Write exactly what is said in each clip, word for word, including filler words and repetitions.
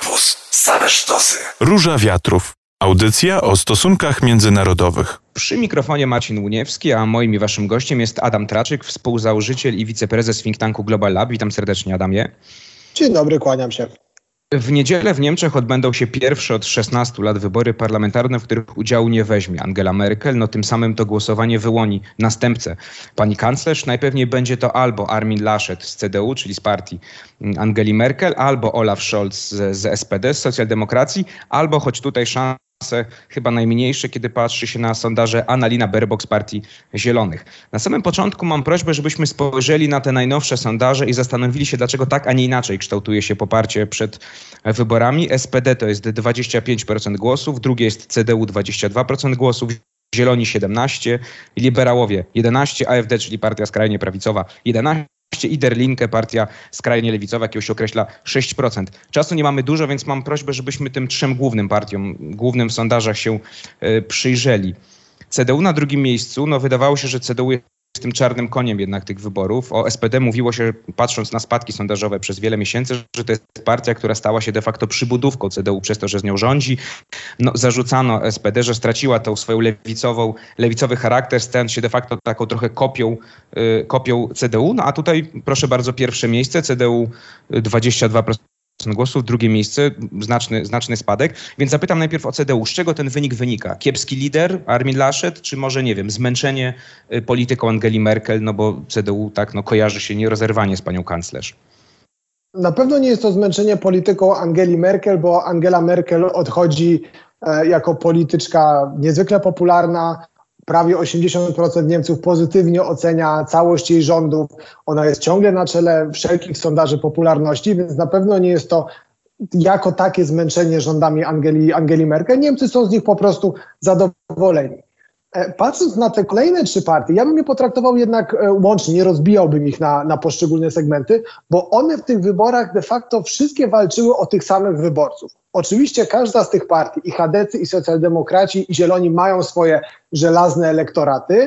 Campus. Same sztosy. Róża Wiatrów. Audycja o stosunkach międzynarodowych. Przy mikrofonie Marcin Łuniewski, a moim i waszym gościem jest Adam Traczyk, współzałożyciel i wiceprezes think tanku Global Lab. Witam serdecznie, Adamie. Dzień dobry, kłaniam się. W niedzielę w Niemczech odbędą się pierwsze od szesnastu lat wybory parlamentarne, w których udziału nie weźmie Angela Merkel. No tym samym to głosowanie wyłoni następcę pani kanclerz. Najpewniej będzie to albo Armin Laschet z C D U, czyli z partii Angeli Merkel, albo Olaf Scholz z, z S P D, z socjaldemokracji, albo, choć tutaj szanse chyba najmniejsze, kiedy patrzy się na sondaże, Annalena Baerbock z Partii Zielonych. Na samym początku mam prośbę, żebyśmy spojrzeli na te najnowsze sondaże i zastanowili się, dlaczego tak, a nie inaczej kształtuje się poparcie przed wyborami. S P D to jest dwadzieścia pięć procent głosów, drugie jest C D U dwadzieścia dwa procent głosów, Zieloni siedemnaście procent, liberałowie jedenaście procent, A F D, czyli partia skrajnie prawicowa, jedenaście procent, i Der Linke, partia skrajnie lewicowa, jak ją się określa, sześć procent. Czasu nie mamy dużo, więc mam prośbę, żebyśmy tym trzem głównym partiom, głównym w sondażach się y, przyjrzeli. C D U na drugim miejscu, no wydawało się, że C D U jest tym czarnym koniem jednak tych wyborów. O S P D mówiło się, patrząc na spadki sondażowe przez wiele miesięcy, że to jest partia, która stała się de facto przybudówką C D U przez to, że z nią rządzi. No, zarzucano S P D, że straciła tą swoją lewicową, lewicowy charakter, stając się de facto taką trochę kopią, yy, kopią C D U. No a tutaj proszę bardzo, pierwsze miejsce, C D U dwadzieścia dwa procent głosów, drugie miejsce, znaczny, znaczny spadek. Więc zapytam najpierw o C D U. Z czego ten wynik wynika? Kiepski lider, Armin Laschet, czy może, nie wiem, zmęczenie polityką Angeli Merkel, no bo C D U tak no, kojarzy się nierozerwanie z panią kanclerz? Na pewno nie jest to zmęczenie polityką Angeli Merkel, bo Angela Merkel odchodzi e, jako polityczka niezwykle popularna. Prawie osiemdziesiąt procent Niemców pozytywnie ocenia całość jej rządów. Ona jest ciągle na czele wszelkich sondaży popularności, więc na pewno nie jest to jako takie zmęczenie rządami Angeli, Angeli Merkel. Niemcy są z nich po prostu zadowoleni. Patrząc na te kolejne trzy partie, ja bym je potraktował jednak łącznie, nie rozbijałbym ich na, na poszczególne segmenty, bo one w tych wyborach de facto wszystkie walczyły o tych samych wyborców. Oczywiście każda z tych partii, i chadecy, i socjaldemokraci, i zieloni mają swoje żelazne elektoraty.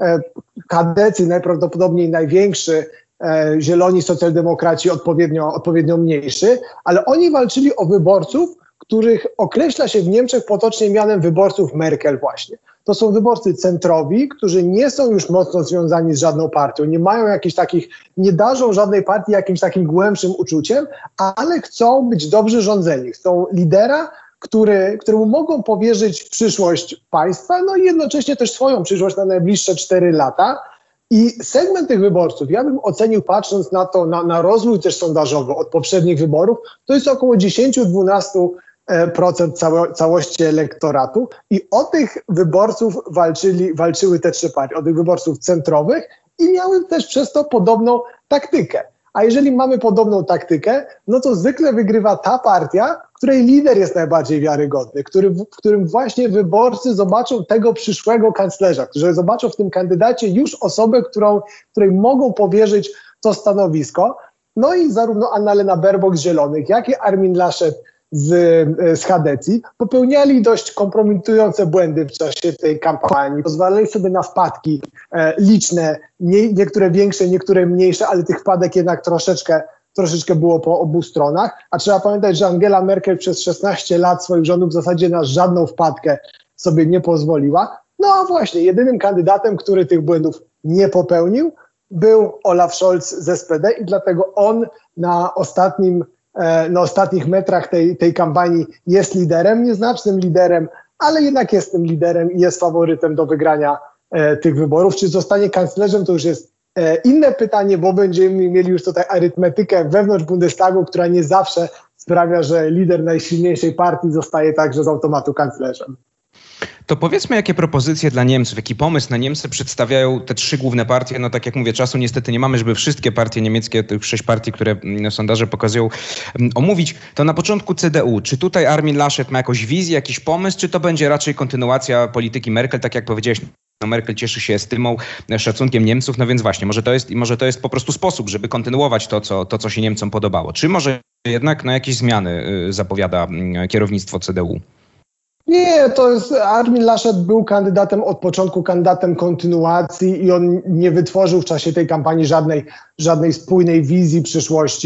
Chadecy najprawdopodobniej największy, zieloni, socjaldemokraci odpowiednio, odpowiednio mniejszy, ale oni walczyli o wyborców, których określa się w Niemczech potocznie mianem wyborców Merkel właśnie. To są wyborcy centrowi, którzy nie są już mocno związani z żadną partią, nie mają jakichś takich, nie darzą żadnej partii jakimś takim głębszym uczuciem, ale chcą być dobrze rządzeni. Chcą lidera, który, któremu mogą powierzyć przyszłość państwa, no i jednocześnie też swoją przyszłość na najbliższe cztery lata. I segment tych wyborców, ja bym ocenił, patrząc na to, na, na rozwój też sondażowy od poprzednich wyborów, to jest około dziesięć do dwunastu procent cało, całości elektoratu i o tych wyborców walczyli, walczyły te trzy partie, o tych wyborców centrowych i miały też przez to podobną taktykę. A jeżeli mamy podobną taktykę, no to zwykle wygrywa ta partia, której lider jest najbardziej wiarygodny, który, w którym właśnie wyborcy zobaczą tego przyszłego kanclerza, którzy zobaczą w tym kandydacie już osobę, którą, której mogą powierzyć to stanowisko. No i zarówno Annalena Baerbock z Zielonych, jak i Armin Laschet z, z Chadecji popełniali dość kompromitujące błędy w czasie tej kampanii. Pozwalali sobie na wpadki e, liczne, nie, niektóre większe, niektóre mniejsze, ale tych wpadek jednak troszeczkę, troszeczkę było po obu stronach. A trzeba pamiętać, że Angela Merkel przez szesnaście lat swoich rządów w zasadzie na żadną wpadkę sobie nie pozwoliła. No a właśnie, jedynym kandydatem, który tych błędów nie popełnił, był Olaf Scholz z S P D i dlatego on na ostatnim na ostatnich metrach tej, tej kampanii jest liderem, nieznacznym liderem, ale jednak jest tym liderem i jest faworytem do wygrania e, tych wyborów. Czy zostanie kanclerzem, to już jest e, inne pytanie, bo będziemy mieli już tutaj arytmetykę wewnątrz Bundestagu, która nie zawsze sprawia, że lider najsilniejszej partii zostaje także z automatu kanclerzem. To powiedzmy, jakie propozycje dla Niemców, jaki pomysł na Niemcy przedstawiają te trzy główne partie. No tak jak mówię, czasu niestety nie mamy, żeby wszystkie partie niemieckie, tych sześć partii, które sondaże pokazują, omówić. To na początku C D U. Czy tutaj Armin Laschet ma jakąś wizję, jakiś pomysł, czy to będzie raczej kontynuacja polityki Merkel, tak jak powiedziałeś? No Merkel cieszy się estymą, szacunkiem Niemców, no więc właśnie, może to jest, może to jest po prostu sposób, żeby kontynuować to, co, to, co się Niemcom podobało. Czy może jednak no, jakieś zmiany zapowiada kierownictwo C D U? Nie, to jest, Armin Laschet był kandydatem od początku, kandydatem kontynuacji i on nie wytworzył w czasie tej kampanii żadnej, żadnej spójnej wizji przyszłości.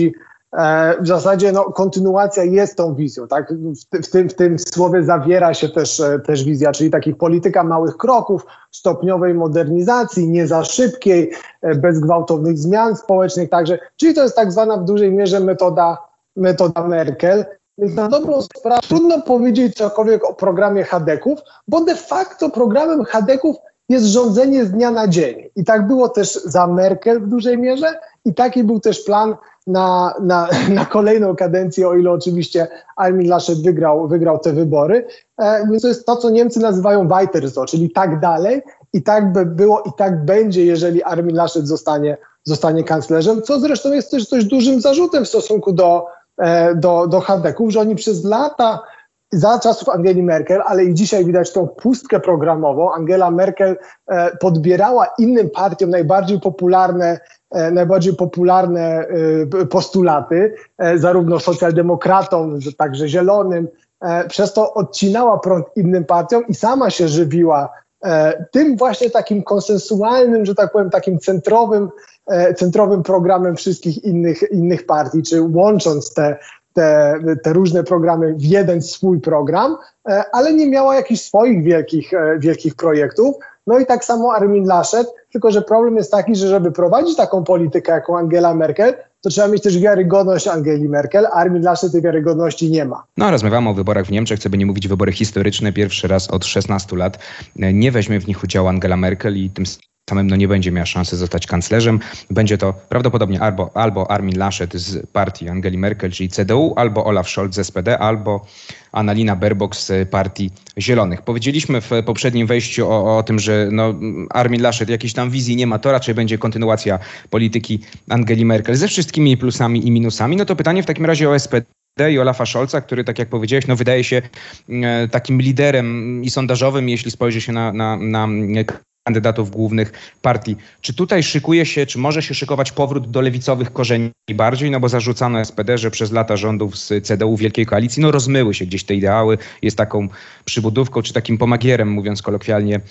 w zasadzie no, kontynuacja jest tą wizją. Tak? W, w, tym, w tym słowie zawiera się też, też wizja, czyli takich polityka małych kroków, stopniowej modernizacji, nie za szybkiej, bez gwałtownych zmian społecznych także. Czyli to jest tak zwana w dużej mierze metoda, metoda Merkel. Więc na dobrą sprawę trudno powiedzieć cokolwiek o programie chadeków, bo de facto programem chadeków jest rządzenie z dnia na dzień. I tak było też za Merkel w dużej mierze i taki był też plan na, na, na kolejną kadencję, o ile oczywiście Armin Laschet wygrał, wygrał te wybory. E, więc to jest to, co Niemcy nazywają weiter so, czyli tak dalej i tak by było i tak będzie, jeżeli Armin Laschet zostanie, zostanie kanclerzem, co zresztą jest też dość dużym zarzutem w stosunku do, e, do, do chadeków, że oni przez lata za czasów Angeli Merkel, ale i dzisiaj widać tą pustkę programową. Angela Merkel e, podbierała innym partiom najbardziej popularne, e, najbardziej popularne e, postulaty, e, zarówno socjaldemokratom, także zielonym. E, przez to odcinała prąd innym partiom i sama się żywiła e, tym właśnie takim konsensualnym, że tak powiem, takim centrowym, e, centrowym programem wszystkich innych, innych partii, czy łącząc te Te, te różne programy w jeden swój program, ale nie miała jakichś swoich wielkich, wielkich projektów. No i tak samo Armin Laschet, tylko że problem jest taki, że żeby prowadzić taką politykę jaką Angela Merkel, to trzeba mieć też wiarygodność Angeli Merkel, a Armin Laschet tej wiarygodności nie ma. No, rozmawiamy o wyborach w Niemczech, co by nie mówić, wybory historyczne, pierwszy raz od szesnastu lat. Nie weźmie w nich udziału Angela Merkel i tym samym no, nie będzie miała szansy zostać kanclerzem. Będzie to prawdopodobnie albo, albo Armin Laschet z partii Angeli Merkel, czyli C D U, albo Olaf Scholz z S P D, albo Annalena Baerbock z partii Zielonych. Powiedzieliśmy w poprzednim wejściu o, o tym, że no, Armin Laschet jakiejś tam wizji nie ma, to raczej będzie kontynuacja polityki Angeli Merkel ze wszystkimi plusami i minusami. No to pytanie w takim razie o S P D i Olafa Scholza, który, tak jak powiedziałeś, no wydaje się e, takim liderem i sondażowym, jeśli spojrzy się na, na, na kandydatów głównych partii. Czy tutaj szykuje się, czy może się szykować powrót do lewicowych korzeni bardziej? No bo zarzucano S P D, że przez lata rządów z C D U Wielkiej Koalicji, no rozmyły się gdzieś te ideały, jest taką przybudówką, czy takim pomagierem, mówiąc kolokwialnie,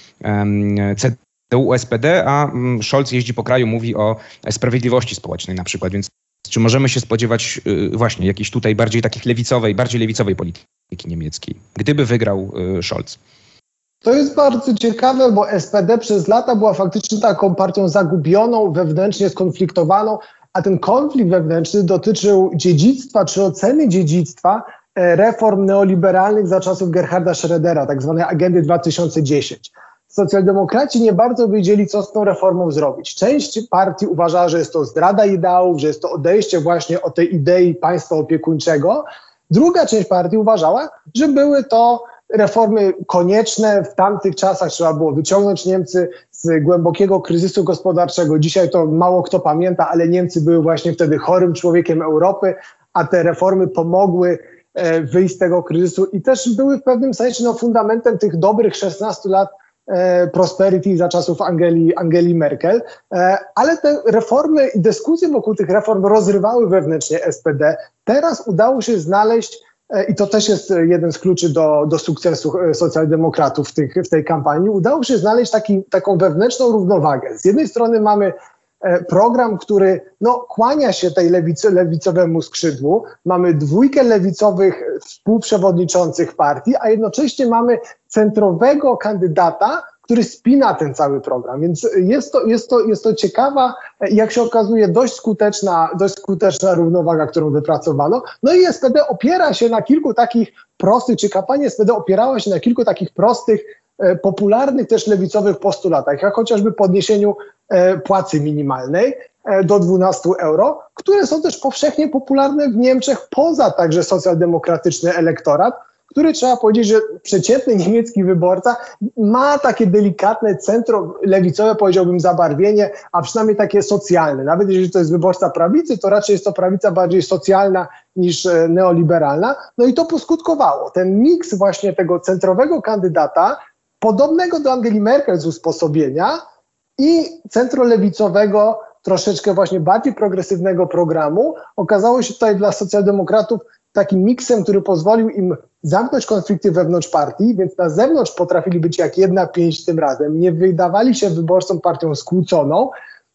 C D U S P D, a Scholz jeździ po kraju, mówi o sprawiedliwości społecznej na przykład, więc czy możemy się spodziewać właśnie jakiejś tutaj bardziej takich lewicowej, bardziej lewicowej polityki niemieckiej, gdyby wygrał Scholz? To jest bardzo ciekawe, bo S P D przez lata była faktycznie taką partią zagubioną, wewnętrznie skonfliktowaną, a ten konflikt wewnętrzny dotyczył dziedzictwa czy oceny dziedzictwa reform neoliberalnych za czasów Gerharda Schrödera, tak zwanej agendy dwa tysiące dziesięć. Socjaldemokraci nie bardzo wiedzieli, co z tą reformą zrobić. Część partii uważała, że jest to zdrada ideałów, że jest to odejście właśnie od tej idei państwa opiekuńczego. Druga część partii uważała, że były to reformy konieczne. W tamtych czasach trzeba było wyciągnąć Niemcy z głębokiego kryzysu gospodarczego. Dzisiaj to mało kto pamięta, ale Niemcy były właśnie wtedy chorym człowiekiem Europy, a te reformy pomogły e, wyjść z tego kryzysu i też były w pewnym sensie no, fundamentem tych dobrych szesnastu lat e, prosperity za czasów Angeli, Angeli Merkel. E, ale te reformy i dyskusje wokół tych reform rozrywały wewnętrznie S P D. Teraz udało się znaleźć, i to też jest jeden z kluczy do, do sukcesu socjaldemokratów w, tych, w tej kampanii, udało się znaleźć taki, taką wewnętrzną równowagę. Z jednej strony mamy program, który no, kłania się tej lewicy, lewicowemu skrzydłu, mamy dwójkę lewicowych współprzewodniczących partii, a jednocześnie mamy centrowego kandydata, który spina ten cały program. Więc jest to, jest to, jest to ciekawa, jak się okazuje, dość skuteczna, dość skuteczna równowaga, którą wypracowano. No i S P D opiera się na kilku takich prostych, czy kampania S P D opierała się na kilku takich prostych, e, popularnych też lewicowych postulatach, jak chociażby podniesieniu e, płacy minimalnej e, do dwunastu euro, które są też powszechnie popularne w Niemczech, poza także socjaldemokratyczny elektorat, który trzeba powiedzieć, że przeciętny niemiecki wyborca ma takie delikatne centro-lewicowe, powiedziałbym, zabarwienie, a przynajmniej takie socjalne. Nawet jeżeli to jest wyborca prawicy, to raczej jest to prawica bardziej socjalna niż neoliberalna. No i to poskutkowało. Ten miks właśnie tego centrowego kandydata, podobnego do Angeli Merkel z usposobienia i centrolewicowego, troszeczkę właśnie bardziej progresywnego programu, okazało się tutaj dla socjaldemokratów takim miksem, który pozwolił im zamknąć konflikty wewnątrz partii, więc na zewnątrz potrafili być jak jedna pięść tym razem. Nie wydawali się wyborcom partią skłóconą,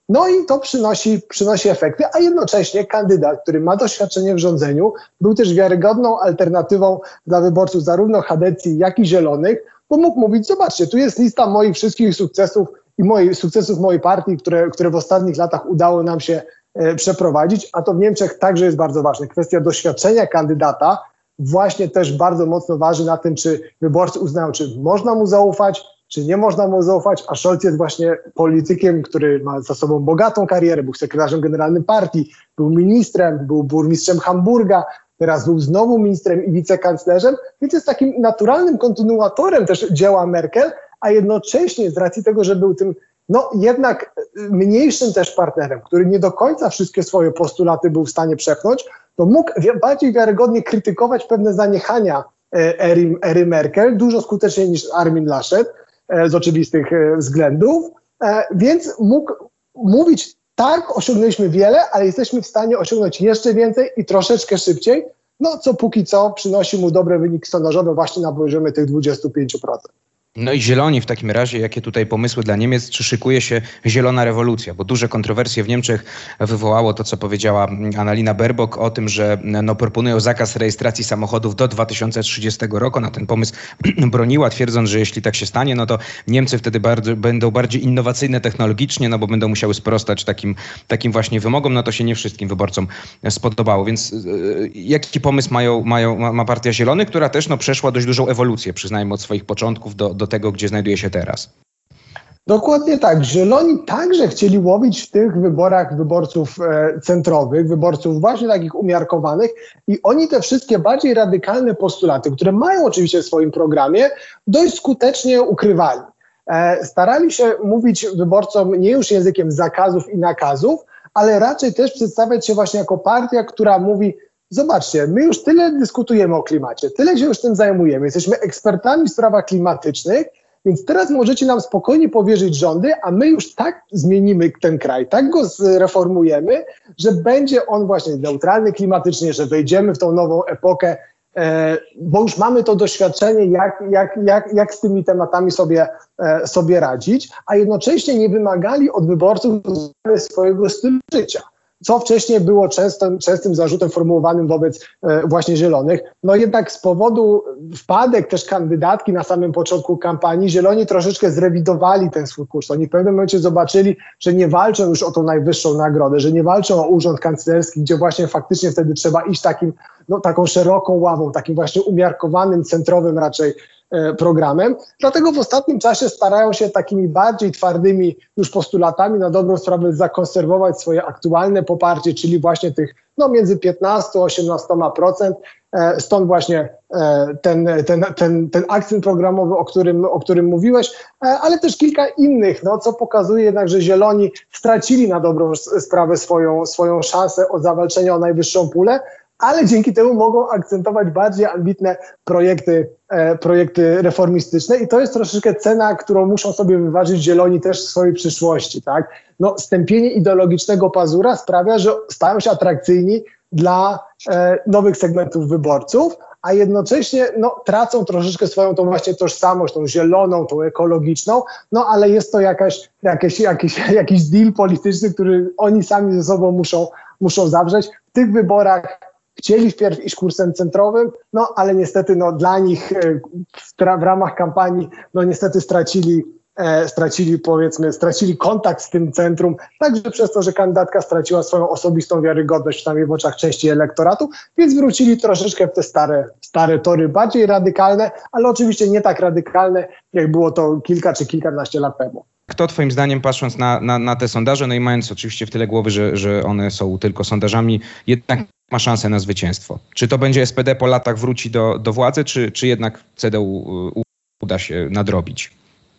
No i to przynosi, przynosi efekty, a jednocześnie kandydat, który ma doświadczenie w rządzeniu, był też wiarygodną alternatywą dla wyborców zarówno Chadecji, jak i Zielonych, bo mógł mówić, zobaczcie, tu jest lista moich wszystkich sukcesów i moich, sukcesów mojej partii, które, które w ostatnich latach udało nam się e, przeprowadzić, a to w Niemczech także jest bardzo ważne. Kwestia doświadczenia kandydata właśnie też bardzo mocno waży na tym, czy wyborcy uznają, czy można mu zaufać, czy nie można mu zaufać, a Scholz jest właśnie politykiem, który ma za sobą bogatą karierę, był sekretarzem generalnym partii, był ministrem, był burmistrzem Hamburga, teraz był znowu ministrem i wicekanclerzem, więc jest takim naturalnym kontynuatorem też dzieła Merkel, a jednocześnie z racji tego, że był tym no jednak mniejszym też partnerem, który nie do końca wszystkie swoje postulaty był w stanie przepchnąć, to mógł bardziej wiarygodnie krytykować pewne zaniechania ery, ery Merkel, dużo skuteczniej niż Armin Laschet, z oczywistych względów, więc mógł mówić, tak, osiągnęliśmy wiele, ale jesteśmy w stanie osiągnąć jeszcze więcej i troszeczkę szybciej, no co póki co przynosi mu dobre wyniki sondażowe właśnie na poziomie tych dwudziestu pięciu procent. No i zieloni w takim razie, jakie tutaj pomysły dla Niemiec, czy szykuje się zielona rewolucja? Bo duże kontrowersje w Niemczech wywołało to, co powiedziała Annalena Baerbock o tym, że no, proponują zakaz rejestracji samochodów do dwa tysiące trzydziestego roku. Na ten pomysł broniła, twierdząc, że jeśli tak się stanie, no to Niemcy wtedy bardzo, będą bardziej innowacyjne technologicznie, no bo będą musiały sprostać takim, takim właśnie wymogom. No to się nie wszystkim wyborcom spodobało. Więc yy, jaki pomysł mają, mają, ma, ma Partia Zielonych, która też no, przeszła dość dużą ewolucję, przyznajmy, od swoich początków do, do do tego, gdzie znajduje się teraz. Dokładnie tak. Zieloni także chcieli łowić w tych wyborach wyborców e, centrowych, wyborców właśnie takich umiarkowanych i oni te wszystkie bardziej radykalne postulaty, które mają oczywiście w swoim programie, dość skutecznie ukrywali. E, starali się mówić wyborcom nie już językiem zakazów i nakazów, ale raczej też przedstawiać się właśnie jako partia, która mówi: zobaczcie, my już tyle dyskutujemy o klimacie, tyle się już tym zajmujemy, jesteśmy ekspertami w sprawach klimatycznych, więc teraz możecie nam spokojnie powierzyć rządy, a my już tak zmienimy ten kraj, tak go zreformujemy, że będzie on właśnie neutralny klimatycznie, że wejdziemy w tą nową epokę, e, bo już mamy to doświadczenie, jak, jak, jak, jak z tymi tematami sobie, e, sobie radzić, a jednocześnie nie wymagali od wyborców swojego stylu życia, co wcześniej było częstym, częstym zarzutem formułowanym wobec e, właśnie Zielonych. No jednak z powodu wpadek też kandydatki na samym początku kampanii Zieloni troszeczkę zrewidowali ten swój kurs. Oni w pewnym momencie zobaczyli, że nie walczą już o tą najwyższą nagrodę, że nie walczą o urząd kanclerski, gdzie właśnie faktycznie wtedy trzeba iść takim, no, taką szeroką ławą, takim właśnie umiarkowanym, centrowym raczej programem. Dlatego w ostatnim czasie starają się takimi bardziej twardymi już postulatami na dobrą sprawę zakonserwować swoje aktualne poparcie, czyli właśnie tych no między piętnaście a osiemnaście procent. Stąd właśnie ten, ten, ten, ten akcent programowy, o którym, o którym mówiłeś, ale też kilka innych, no, co pokazuje jednak, że Zieloni stracili na dobrą sprawę swoją, swoją szansę o zawalczenie o najwyższą pulę, ale dzięki temu mogą akcentować bardziej ambitne projekty, e, projekty reformistyczne i to jest troszeczkę cena, którą muszą sobie wyważyć Zieloni też w swojej przyszłości, tak? No, stępienie ideologicznego pazura sprawia, że stają się atrakcyjni dla e, nowych segmentów wyborców, a jednocześnie no, tracą troszeczkę swoją tą właśnie tożsamość, tą zieloną, tą ekologiczną, no ale jest to jakaś, jakaś, jakiś, jakiś deal polityczny, który oni sami ze sobą muszą, muszą zawrzeć. W tych wyborach chcieli wpierw iść kursem centrowym, no ale niestety no, dla nich w, w ramach kampanii no niestety stracili, e, stracili powiedzmy, stracili kontakt z tym centrum, także przez to, że kandydatka straciła swoją osobistą wiarygodność przynajmniej w oczach części elektoratu, więc wrócili troszeczkę w te stare, stare tory, bardziej radykalne, ale oczywiście nie tak radykalne, jak było to kilka czy kilkanaście lat temu. Kto twoim zdaniem, patrząc na, na, na te sondaże, no i mając oczywiście w tyle głowy, że, że one są tylko sondażami, jednak ma szansę na zwycięstwo? Czy to będzie S P D po latach wróci do, do władzy, czy, czy jednak C D U uda się nadrobić?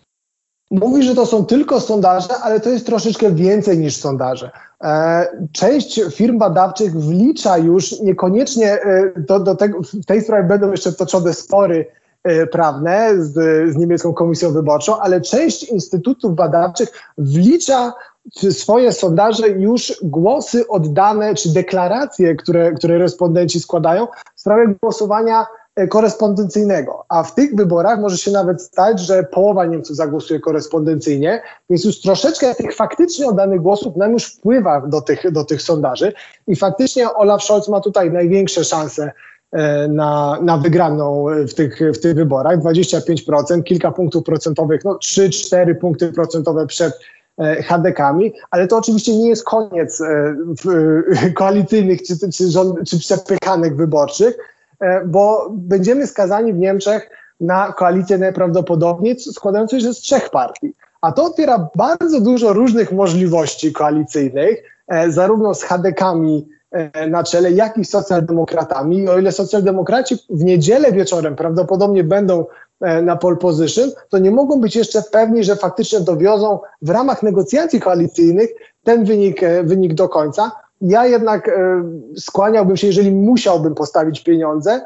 Mówi, że to są tylko sondaże, ale to jest troszeczkę więcej niż sondaże. Część firm badawczych wlicza już niekoniecznie do, do tego, w tej sprawie będą jeszcze toczone spory prawne z, z niemiecką komisją wyborczą, ale część instytutów badawczych wlicza w swoje sondaże już głosy oddane, czy deklaracje, które, które respondenci składają w sprawie głosowania korespondencyjnego, a w tych wyborach może się nawet stać, że połowa Niemców zagłosuje korespondencyjnie, więc już troszeczkę tych faktycznie oddanych głosów nam już wpływa do tych, do tych sondaży i faktycznie Olaf Scholz ma tutaj największe szanse na, na wygraną w tych, w tych wyborach, dwadzieścia pięć procent, kilka punktów procentowych, no trzy cztery punkty procentowe przed H D K-ami, ale to oczywiście nie jest koniec koalicyjnych czy, czy, czy przepychanek wyborczych, bo będziemy skazani w Niemczech na koalicję najprawdopodobniej składającą się z trzech partii. A to otwiera bardzo dużo różnych możliwości koalicyjnych, zarówno z H D K-ami na czele, jak i z socjaldemokratami. I o ile socjaldemokraci w niedzielę wieczorem prawdopodobnie będą na pole position, to nie mogą być jeszcze pewni, że faktycznie dowiozą w ramach negocjacji koalicyjnych ten wynik, wynik do końca. Ja jednak skłaniałbym się, jeżeli musiałbym postawić pieniądze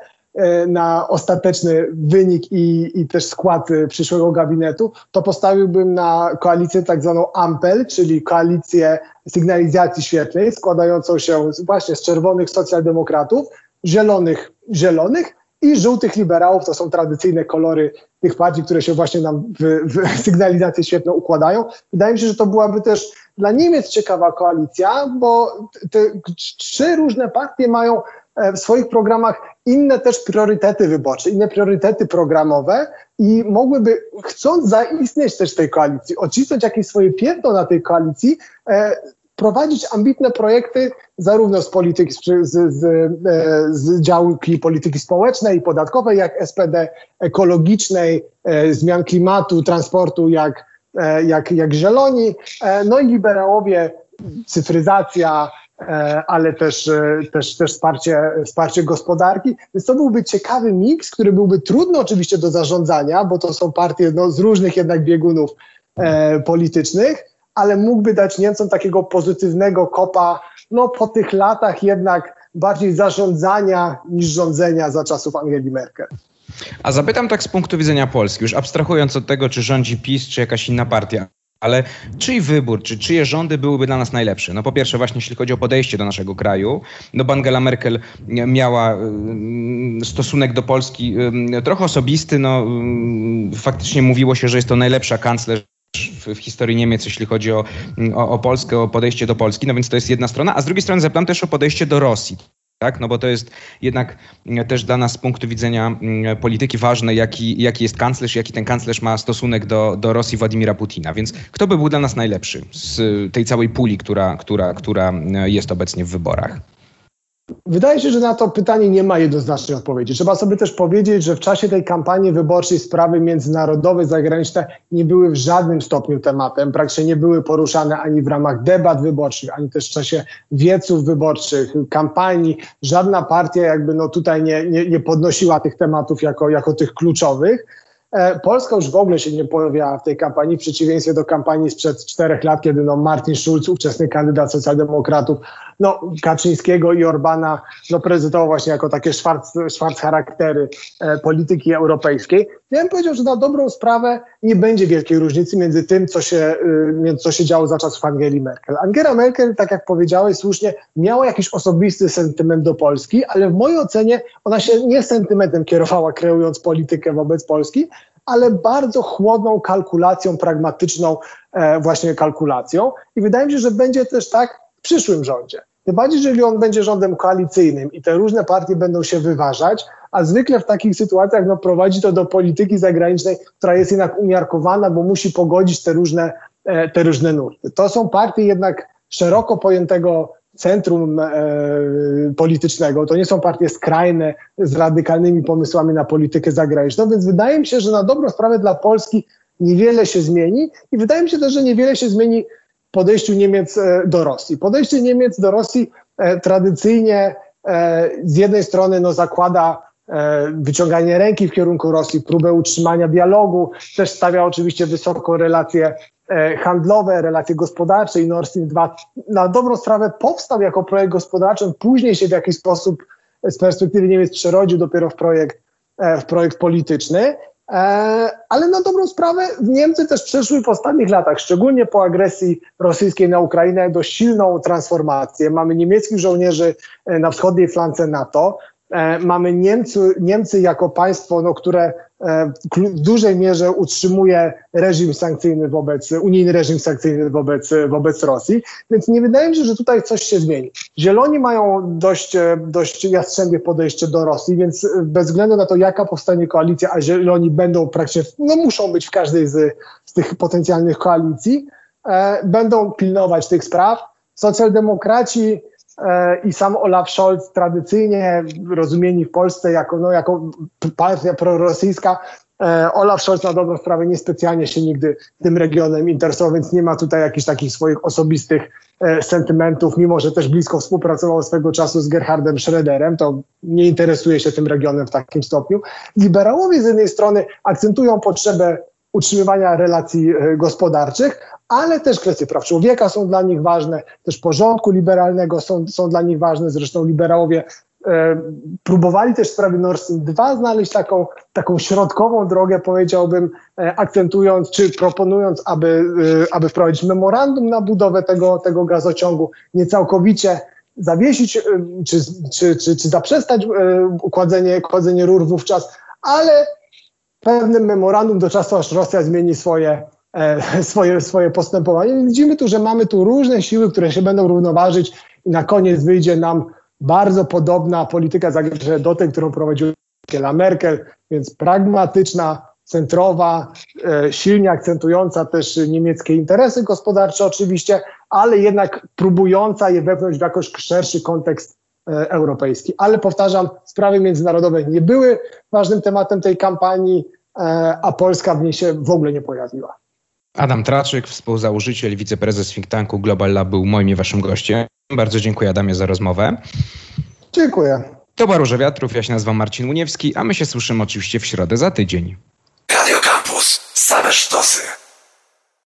na ostateczny wynik i, i też skład przyszłego gabinetu, to postawiłbym na koalicję tak zwaną Ampel, czyli koalicję sygnalizacji świetlnej, składającą się właśnie z czerwonych socjaldemokratów, zielonych zielonych i żółtych liberałów. To są tradycyjne kolory tych partii, które się właśnie nam w, w sygnalizację świetlną układają. Wydaje mi się, że to byłaby też dla Niemiec ciekawa koalicja, bo te trzy różne partie mają w swoich programach inne też priorytety wyborcze, inne priorytety programowe i mogłyby, chcąc zaistnieć też w tej koalicji, odcisnąć jakieś swoje piętno na tej koalicji, e, prowadzić ambitne projekty zarówno z polityki, z, z, z, z działki polityki społecznej i podatkowej, jak S P D, ekologicznej, e, zmian klimatu, transportu, jak, e, jak, jak zieloni, e, no i liberałowie, cyfryzacja, ale też, też, też wsparcie, wsparcie gospodarki. Więc to byłby ciekawy miks, który byłby trudny oczywiście do zarządzania, bo to są partie no, z różnych jednak biegunów e, politycznych, ale mógłby dać Niemcom takiego pozytywnego kopa no, po tych latach jednak bardziej zarządzania niż rządzenia za czasów Angeli Merkel. A zapytam tak z punktu widzenia Polski, już abstrahując od tego, czy rządzi PiS, czy jakaś inna partia. Ale czyj wybór, czy czyje rządy byłyby dla nas najlepsze? No po pierwsze właśnie jeśli chodzi o podejście do naszego kraju, no bo Angela Merkel miała stosunek do Polski trochę osobisty, no faktycznie mówiło się, że jest to najlepsza kanclerz w, w historii Niemiec, jeśli chodzi o, o, o Polskę, o podejście do Polski, no więc to jest jedna strona, a z drugiej strony zapytam też o podejście do Rosji. Tak, no bo to jest jednak też dla nas z punktu widzenia polityki ważne, jaki, jaki jest kanclerz, jaki ten kanclerz ma stosunek do, do Rosji Władimira Putina. Więc kto by był dla nas najlepszy z tej całej puli, która, która, która jest obecnie w wyborach? Wydaje się, że na to pytanie nie ma jednoznacznej odpowiedzi. Trzeba sobie też powiedzieć, że w czasie tej kampanii wyborczej sprawy międzynarodowe, zagraniczne nie były w żadnym stopniu tematem. Praktycznie nie były poruszane ani w ramach debat wyborczych, ani też w czasie wieców wyborczych, kampanii. Żadna partia jakby no tutaj nie, nie, nie podnosiła tych tematów jako, jako tych kluczowych. Polska już w ogóle się nie pojawiała w tej kampanii, w przeciwieństwie do kampanii sprzed czterech lat, kiedy no Martin Schulz, ówczesny kandydat socjaldemokratów, no Kaczyńskiego i Orbana, no prezentował właśnie jako takie szwarc, szwarc charaktery e, polityki europejskiej. Ja bym powiedział, że na dobrą sprawę nie będzie wielkiej różnicy między tym, co się, y, co się działo za czasów Angeli Merkel. Angela Merkel, tak jak powiedziałeś słusznie, miała jakiś osobisty sentyment do Polski, ale w mojej ocenie ona się nie sentymentem kierowała, kreując politykę wobec Polski, ale bardzo chłodną kalkulacją, pragmatyczną e, właśnie kalkulacją. I wydaje mi się, że będzie też tak w przyszłym rządzie. Tym bardziej, jeżeli on będzie rządem koalicyjnym i te różne partie będą się wyważać, a zwykle w takich sytuacjach no, prowadzi to do polityki zagranicznej, która jest jednak umiarkowana, bo musi pogodzić te różne, e, te różne nurty. To są partie jednak szeroko pojętego centrum e, politycznego. To nie są partie skrajne z radykalnymi pomysłami na politykę zagraniczną, więc wydaje mi się, że na dobrą sprawę dla Polski niewiele się zmieni i wydaje mi się też, że niewiele się zmieni w podejściu Niemiec do Rosji. Podejście Niemiec do Rosji e, tradycyjnie e, z jednej strony no, zakłada e, wyciąganie ręki w kierunku Rosji, próbę utrzymania dialogu, też stawia oczywiście wysoko relacje e, handlowe, relacje gospodarcze i Nord Stream dwa na dobrą sprawę powstał jako projekt gospodarczy, później się w jakiś sposób z perspektywy Niemiec przerodził dopiero w projekt, e, w projekt polityczny. Ale na dobrą sprawę Niemcy też przeszły w ostatnich latach, szczególnie po agresji rosyjskiej na Ukrainę, dość silną transformację. Mamy niemieckich żołnierzy na wschodniej flance NATO. E, mamy Niemcy, Niemcy jako państwo, no, które e, w dużej mierze utrzymuje reżim sankcyjny wobec, unijny reżim sankcyjny wobec, wobec Rosji, więc nie wydaje mi się, że tutaj coś się zmieni. Zieloni mają dość, dość jastrzębie podejście do Rosji, więc bez względu na to, jaka powstanie koalicja, a Zieloni będą praktycznie, no muszą być w każdej z, z tych potencjalnych koalicji, e, będą pilnować tych spraw. Socjaldemokraci i sam Olaf Scholz, tradycyjnie rozumieni w Polsce jako, no, jako partia prorosyjska, Olaf Scholz na dobrą sprawę niespecjalnie się nigdy tym regionem interesował, więc nie ma tutaj jakichś takich swoich osobistych sentymentów, mimo że też blisko współpracował swego czasu z Gerhardem Schröderem, to nie interesuje się tym regionem w takim stopniu. Liberałowie z jednej strony akcentują potrzebę utrzymywania relacji gospodarczych, ale też kwestie praw człowieka są dla nich ważne, też porządku liberalnego są, są dla nich ważne. Zresztą liberałowie e, próbowali też w sprawie Nord Stream dwa znaleźć taką, taką środkową drogę, powiedziałbym, e, akcentując czy proponując, aby, e, aby wprowadzić memorandum na budowę tego, tego gazociągu, nie całkowicie zawiesić e, czy, czy, czy, czy zaprzestać e, kładzenie, kładzenie rur wówczas, ale pewnym memorandum do czasu, aż Rosja zmieni swoje, e, swoje, swoje postępowanie. Widzimy tu, że mamy tu różne siły, które się będą równoważyć i na koniec wyjdzie nam bardzo podobna polityka zagraniczna do tej, którą prowadziła Angela Merkel, więc pragmatyczna, centrowa, e, silnie akcentująca też niemieckie interesy gospodarcze oczywiście, ale jednak próbująca je wepchnąć w jakoś szerszy kontekst europejski. Ale powtarzam, sprawy międzynarodowe nie były ważnym tematem tej kampanii, a Polska w niej się w ogóle nie pojawiła. Adam Traczyk, współzałożyciel, wiceprezes think tanku Global Lab, był moim i waszym gościem. Bardzo dziękuję, Adamie, za rozmowę. Dziękuję. To była Róża Wiatrów, ja się nazywam Marcin Uniewski, a my się słyszymy oczywiście w środę za tydzień. Radio Campus. Same sztuki.